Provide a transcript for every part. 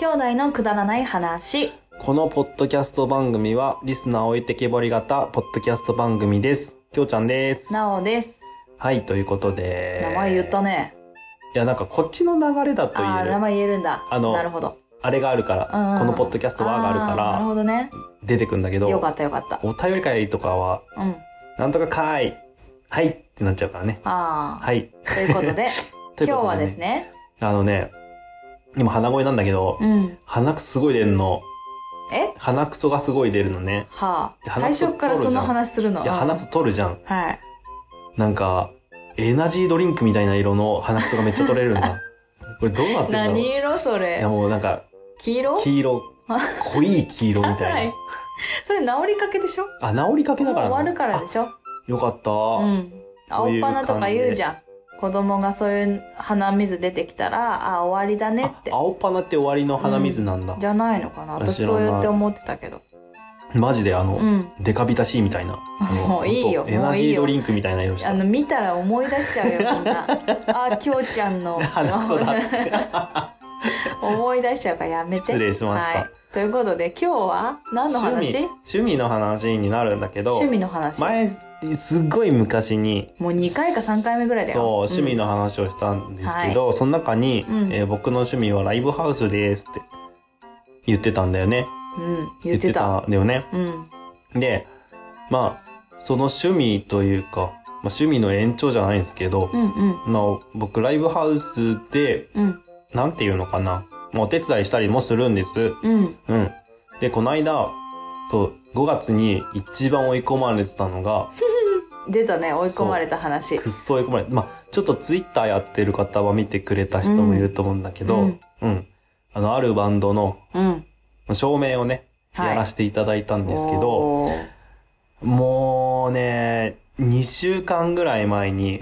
兄弟のくだらない話。 このポッドキャスト番組はリスナー置いてけぼり型ポッドキャスト番組です。きょうちゃんです。 なおです。 はい、ということで。 名前言ったね。 いや、なんかこっちの流れだと言える。 名前言えるんだ。なるほど。 あれがあるから、このポッドキャストはがあるから、 なるほどね。 出てくんだけど。 よかったよかった。 お便り会とかは、なんとか会、はいってなっちゃうからね。 はい。ということで、今日はですね。 今鼻声なんだけど、鼻くそすごい出るの。鼻くそがすごい出るのね。 最初からその話するの。 いや、鼻くそ取るじゃん。 はい。 なんか、エナジードリンクみたいな色の鼻くそがめっちゃ取れるんだ。これどうなってんだろう。 何色それ。 いやもうなんか、 黄色。 濃い黄色みたいな。 それ治りかけでしょ。 治りかけだから。 終わるからでしょ。 よかった。 青っ鼻とか言うじゃん。子供がそういう鼻水出てきたら、終わりだねって。 青っ鼻って終わりの鼻水なんだ。 じゃないのかな。私そうやって思ってたけど。 マジでデカビタ C みたいな。 もういいよ。 エナジードリンクみたいな色した。 見たら思い出しちゃうよ、みんな。きょうちゃんの。 鼻くそだっつって。 思い出しちゃうからやめて。 失礼しました。 ということで、今日は何の話？ 趣味の話になるんだけど。 趣味の話。 前、すっごい昔に。 もう2回か3回目ぐらいだよ。 そう、趣味の話をしたんですけど、その中に、僕の趣味はライブハウスですって言ってたんだよね。 言ってたんだよね。で、その趣味というか、趣味の延長じゃないんですけど、僕ライブハウスで、なんていうのかな、お手伝いしたりもするんです。で、この間、5月に一番追い込まれてたのが、 出たね、追い込まれた話。 くっそ追い込まれて、ちょっとツイッターやってる方は見てくれた人もいると思うんだけど、あるバンドの、照明をね、やらせていただいたんですけど、もうね、2週間ぐらい前に、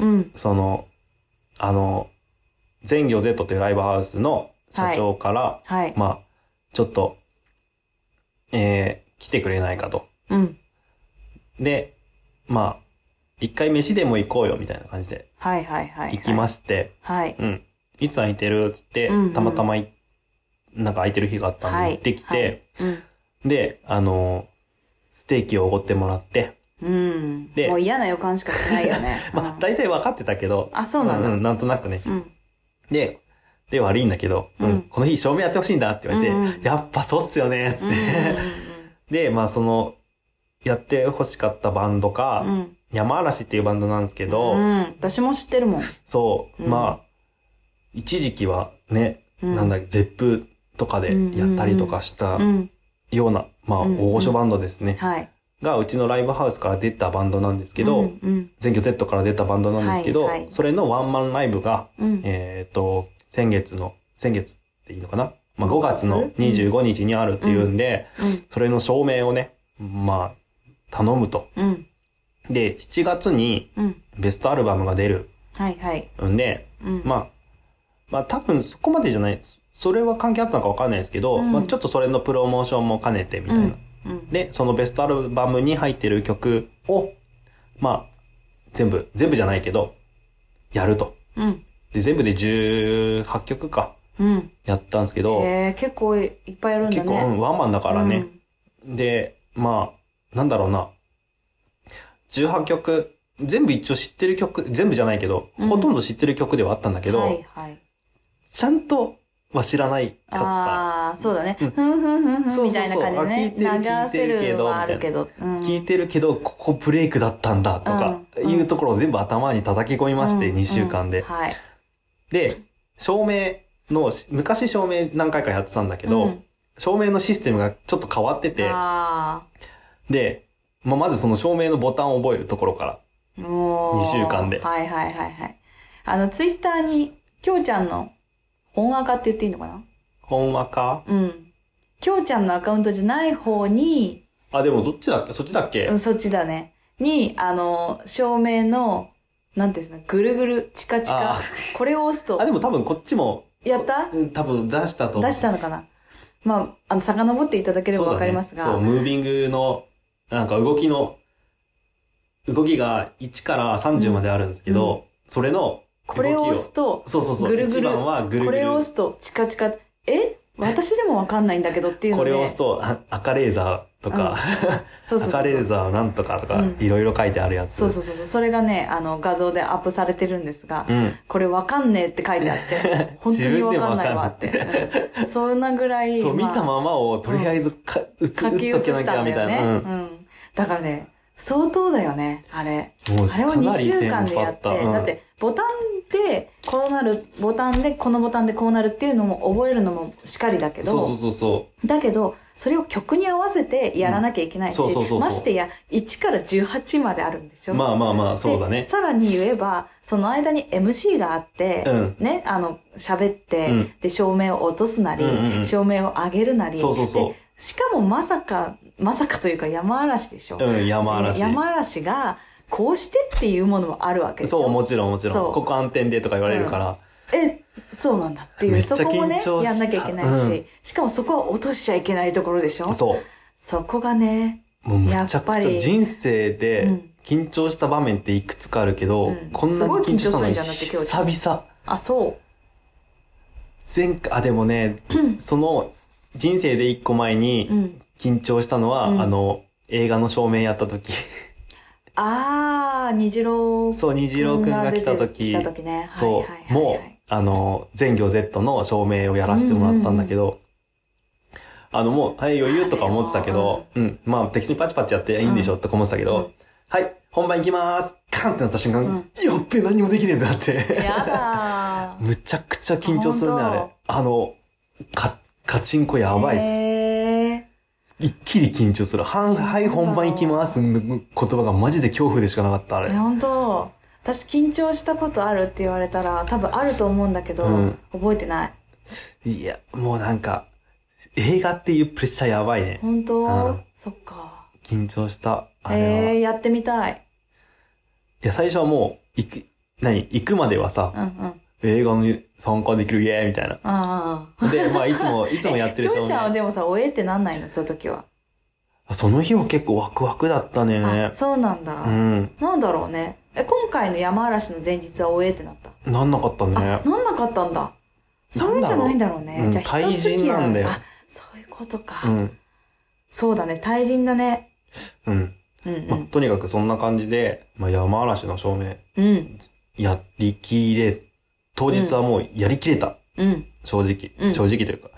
全業 Z というライブハウスの社長から、ちょっと、来てくれないかと。で、一回飯でも行こうよみたいな感じで、行きまして、いつ空いてるっつって、たまたまなんか空いてる日があったんで行ってきて、で、ステーキをおごってもらって、 で、もう嫌な予感しかしないよね。 大体分かってたけど、 そうなんだ。 なんとなくね。で、悪いんだけど、この日照明やってほしいんだって言われて、やっぱそうっすよね、つって。で、やってほしかったバンドか、山嵐っていうバンドなんですけど、 私も知ってるもん。 そう、一時期はね、ゼップとかでやったりとかしたような、大御所バンドですね。が、うちのライブハウスから出たバンドなんですけど、全拠 Z から出たバンドなんですけど、それのワンマンライブが、先月っていいのかな、5月の25日にあるっていうんで、それの照明をね、頼むと。で、7月にベストアルバムが出る。んで、多分そこまでじゃない、それは関係あったのかわかんないですけど、ちょっとそれのプロモーションも兼ねてみたいな。で、そのベストアルバムに入ってる曲を、全部じゃないけど、やると。で、全部で18曲か。やったんですけど。 結構いっぱいやるんだね。 結構、ワンマンだからね。で、なんだろうな。18曲、全部一応知ってる曲、全部じゃないけど、ほとんど知ってる曲ではあったんだけど、ちゃんとは知らないかった。 そうだね。みたいな感じでね。流せるはあるけど。 聞いてるけど、ここブレイクだったんだとか、いうところを全部頭に叩き込みまして、2週間で。で、照明の、昔照明何回かやってたんだけど、照明のシステムがちょっと変わってて、で、まずその照明のボタンを覚えるところから、2週間で。 ツイッターに、きょうちゃんの本アカって言っていいのかな？ 本アカ？ きょうちゃんのアカウントじゃない方に、 でもどっちだっけ？そっちだっけ？ そっちだね。に、照明の、なんていうんですか、ぐるぐる、チカチカ。これを押すと。 でも多分こっちも。 やった？ 多分出したと思う。 出したのかな？遡っていただければわかりますが。 そう、ムービングの、動きが1から30まであるんですけど、それの、 これを押すと、 ぐるぐる。1番はぐるぐる。 これを押すと、チカチカ。 私でもわかんないんだけどっていうので。 これを押すと、赤レーザーとか、赤レーザーなんとかとか、いろいろ書いてあるやつ。 そう。それがね、画像でアップされてるんですが、これわかんねえって書いてあって、本当にわかんないわって。そんなぐらい。 そう、見たままをとりあえず書き写したんだよね。だからね、相当だよね、あれ。あれを2週間でやって、だって、ボタンで、こうなる、ボタンで、このボタンでこうなるっていうのも覚えるのもしかりだけど、だけど、それを曲に合わせてやらなきゃいけないし、ましてや、1から18まであるんでしょ。 まあ、そうだね。 さらに言えば、その間に MC があって、ね、喋って、で、照明を落とすなり、照明を上げるなり、しかもまさかというか山嵐でしょ。山嵐が、こうしてっていうものもあるわけでしょ。 そう、もちろん。ここ暗転でとか言われるから。 そうなんだっていう、そこもね、やんなきゃいけないし、しかもそこは落としちゃいけないところでしょ。そこがね、 もうめちゃくちゃ人生で緊張した場面っていくつかあるけど、こんなに緊張したの久々。 あ、そう。 でもね、その人生で一個前に緊張したのは、映画の照明やった時。 虹郎くんが来た時。 ね。 そう。もう、全魚 Z の照明をやらせてもらったんだけど、もう、はい、余裕とか思ってたけど、まあ、適当にパチパチやっていいんでしょとか思ってたけど、はい、本番行きまーすカンってなった瞬間、やっべ、何もできねえんだって。 やだむちゃくちゃ緊張するね、あれ。カチンコやばいっす。一気に緊張する。はい、本番行きます言葉がマジで恐怖でしかなかった、あれ。 本当。私緊張したことあるって言われたら多分あると思うんだけど、覚えてない。 いや、もうなんか、映画っていうプレッシャーやばいね。 本当、そっか。 緊張した。あれは。 やってみたい。 いや、最初はもう、行くまではさ、映画に参加できるイエーイみたいな。で、まあいつもやってる人。きょうちゃんはでもさ、おえってなんないのその時は。 その日は結構ワクワクだったね。 そうなんだ。なんだろうね。今回の山嵐の前日はおえってなった。 なんなかったね。 なんなかったんだ。そうじゃないんだろうね。じゃあ対人なんだよ。 そういうことか。そうだね、対人だね。 とにかくそんな感じで、山嵐の照明、やりきれ、当日はもうやりきれた。正直というか。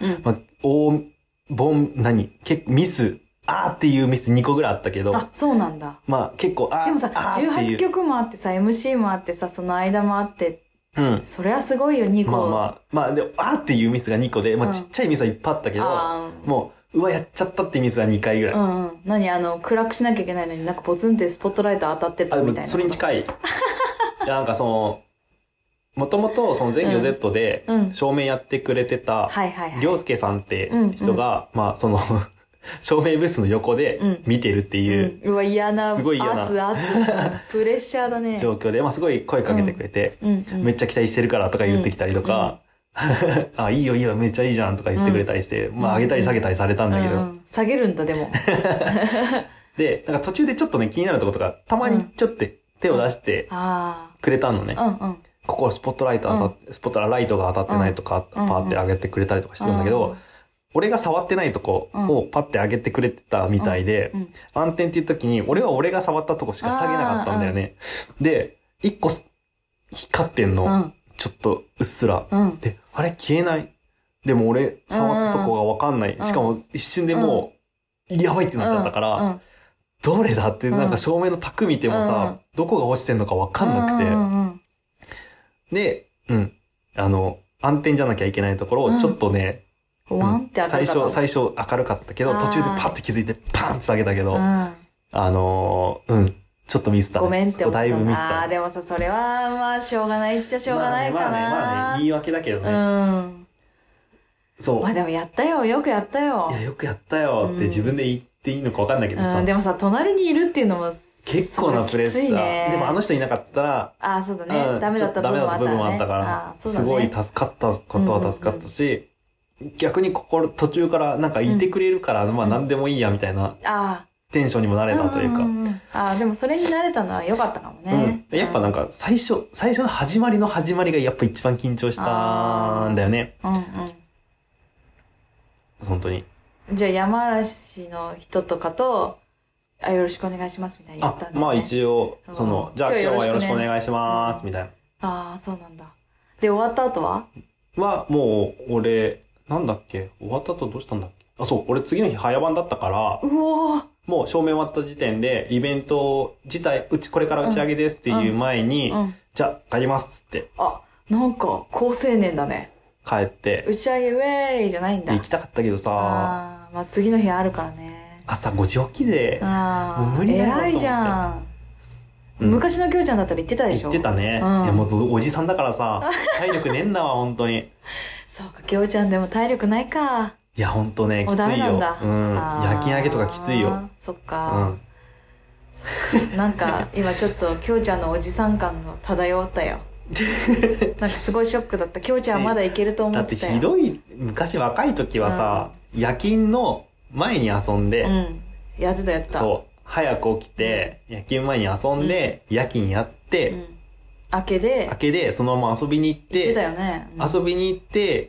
結構ミス、っていうミス2個ぐらいあったけど。 そうなんだ。 結構、 でもさ、18曲もあってさ、MC もあってさ、その間もあって、それはすごいよ、2個。 でも、っていうミスが2個で、ちっちゃいミスはいっぱいあったけど、もう、やっちゃったってミスが2回ぐらい。 暗くしなきゃいけないのになんかポツンってスポットライト当たってたみたいな。 それに近い。なんかもともとその全魚 Z で照明やってくれてた、りょうすけさんって人が、照明ブースの横で見てるっていう。 すごい嫌な。プレッシャーだね。 状況で、すごい声かけてくれて、めっちゃ期待してるからとか言ってきたりとか、いいよ、めっちゃいいじゃんとか言ってくれたりして、上げたり下げたりされたんだけど。 下げるんだ、でも。 で、なんか途中でちょっとね、気になるところとか、たまにちょっと手を出してくれたのね。ここスポットライトが当たってないとか、パーって上げてくれたりとかしてたんだけど、俺が触ってないとこをパッて上げてくれてたみたいで、暗転っていう時に、俺が触ったとこしか下げなかったんだよね。で、一個光ってんの。ちょっとうっすら。で、あれ消えない。でも俺触ったとこがわかんない。しかも一瞬でもう、やばいってなっちゃったから、どれだってなんか照明の卓見てもさ、どこが落ちてんのかわかんなくて。で、暗転じゃなきゃいけないところをちょっとね、最初明るかったけど、途中でパッて気づいてパンって下げたけど、ちょっとミスったね。 ごめんって思った。 だいぶミスった。 でもさ、それはしょうがないっちゃしょうがないかな。 言い訳だけどね。そう。 でもやったよ、よくやったよ。 いや、よくやったよって自分で言っていいのか分かんないけどさ。 でもさ、隣にいるっていうのも結構なプレッシャー。でもあの人いなかったら、 そうだね。ダメだった部分もあったから、すごい助かったことは助かったし、逆に途中からなんかいてくれるから、何でもいいやみたいな。テンションにもなれたというか。 でもそれになれたのは良かったかもね。 やっぱなんか最初の始まりがやっぱ一番緊張したんだよね。 本当に。 じゃあ山嵐の人とかと、よろしくお願いしますみたいな言ったんだね。 まあ一応、じゃあ今日はよろしくお願いします、みたいな。 ああ、そうなんだ。で、終わった後はもう、俺、なんだっけ終わった後どうしたんだっけそう、俺次の日早番だったから、もう照明終わった時点で、イベント自体、これから打ち上げですっていう前に、じゃあ帰りますっつって。 なんか、好青年だね。 帰って。 打ち上げウェーイじゃないんだ。 行きたかったけどさ。 まあ次の日あるからね。 朝5時起きで。もう無理だよと思って。 偉いじゃん。昔のきょうちゃんだったら言ってたでしょ。 言ってたね。いやもうおじさんだからさ、体力ねえんだわ、本当に。 そうか、きょうちゃんでも体力ないか。 いや、ほんとね、きついよ。 ダメなんだ。 夜勤明けとかきついよ。 そっか。なんか、今ちょっときょうちゃんのおじさん感が漂ったよ。なんかすごいショックだった。きょうちゃんまだいけると思ってたよ。 だってひどい、昔若い時はさ、夜勤の前に遊んで、 やってた。 そう。早く起きて、夜勤前に遊んで、夜勤やって、 明けで、 そのまま遊びに行って、 言ってたよね。 遊びに行って、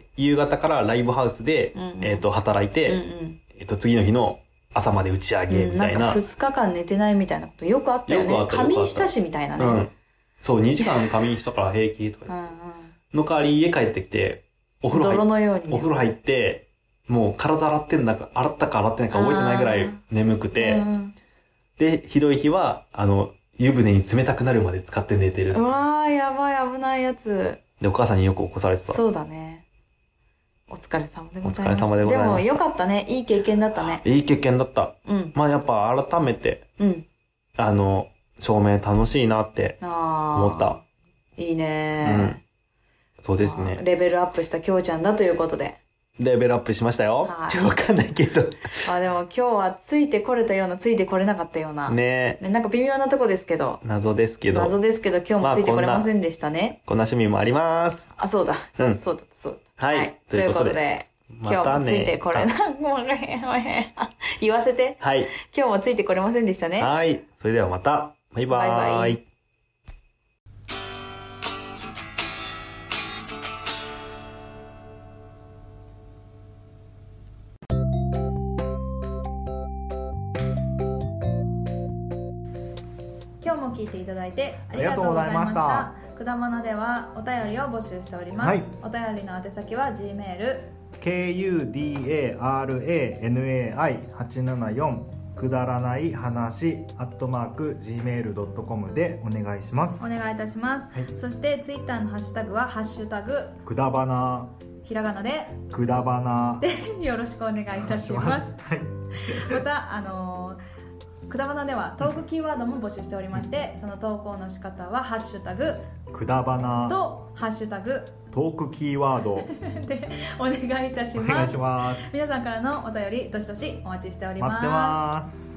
夕方からライブハウスで、働いて、次の日の朝まで打ち上げみたいな。 なんか2日間寝てないみたいなことよくあったよね。仮眠したしみたいなね。 そう、2時間仮眠したから平気とか。の代わり家帰ってきて、お風呂入って、もう体洗ったか洗ってないか覚えてないぐらい眠くて、で、ひどい日は、湯船に冷たくなるまで使って寝てる。 うわー、やばい、危ないやつ。 で、お母さんによく起こされてた。 そうだね。お疲れ様でございます。 お疲れ様でございます。 でもよかったね。いい経験だったね。 いい経験だった。まあやっぱ改めて、照明楽しいなって思った。 いいね。 そうですね。 レベルアップしたきょうちゃんだということで。 レベルアップしましたよ。わかんないけど。 でも今日はついてこれたような、ついてこれなかったような。 ね。 なんか微妙なとこですけど。 謎ですけど今日もついてこれませんでしたね。 こんな趣味もあります。 そうだ。そうだった。はい。ということで、今日もついてこれな、言わせて。 はい。 今日もついてこれませんでしたね。 はい。それではまた。バイバイ。バイバイ。 今日も聞いていただいてありがとうございました。くだまなではお便りを募集しております。お便りの宛先は G メール kudaranai874くだらない話@gmail.com でお願いします。 お願いいたします。そしてツイッターのハッシュタグはハッシュタグくだばな、 ひらがなでくだばなでよろしくお願いいたします。またくだばなではトークキーワードも募集しておりまして、その投稿の仕方はハッシュタグくだばなとハッシュタグトークキーワードでお願いいたします。 お願いします。 皆さんからのお便りどしどしお待ちしております。 待ってます。